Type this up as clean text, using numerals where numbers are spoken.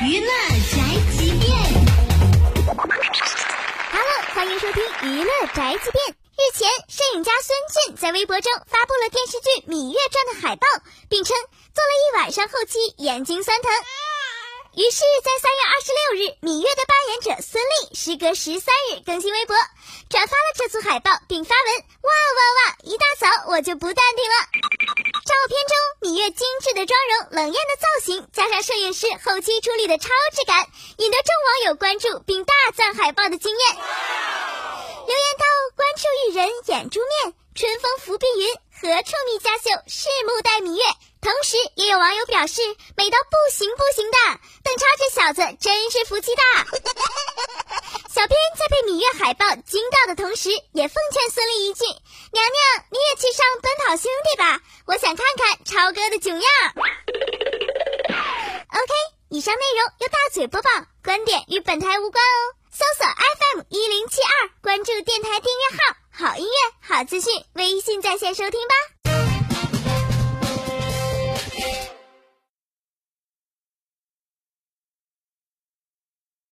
娱乐宅急便。 Hello， 欢迎收听娱乐宅急便。日前，摄影家孙俊在微博中发布了电视剧《芈月传》的海报，并称做了一晚上后期，眼睛酸疼。于是，在3月26日，芈月的扮演者孙俪时隔13日更新微博，转发了这组海报，并发文：哇哇哇！一大早我就不淡定了。照片中，芈月精致的妆容、冷艳的造型，加上摄影师后期处理的超质感，引得众网友关注并大赞海报的惊艳。留言道：关注一人眼珠面，春风拂碧云，何处觅佳秀，拭目待芈月。同时也有网友表示，美到不行不行的，邓超这小子真是福气大。小编在被芈月海报惊到的同时，也奉劝孙俪一句：娘娘，你也去上奔跑兄弟吧，我想看看超哥的囧样。OK， 以上内容由大嘴播报，观点与本台无关哦。搜索 FM1072，关注电台订阅号，好音乐好资讯，微信在线收听吧。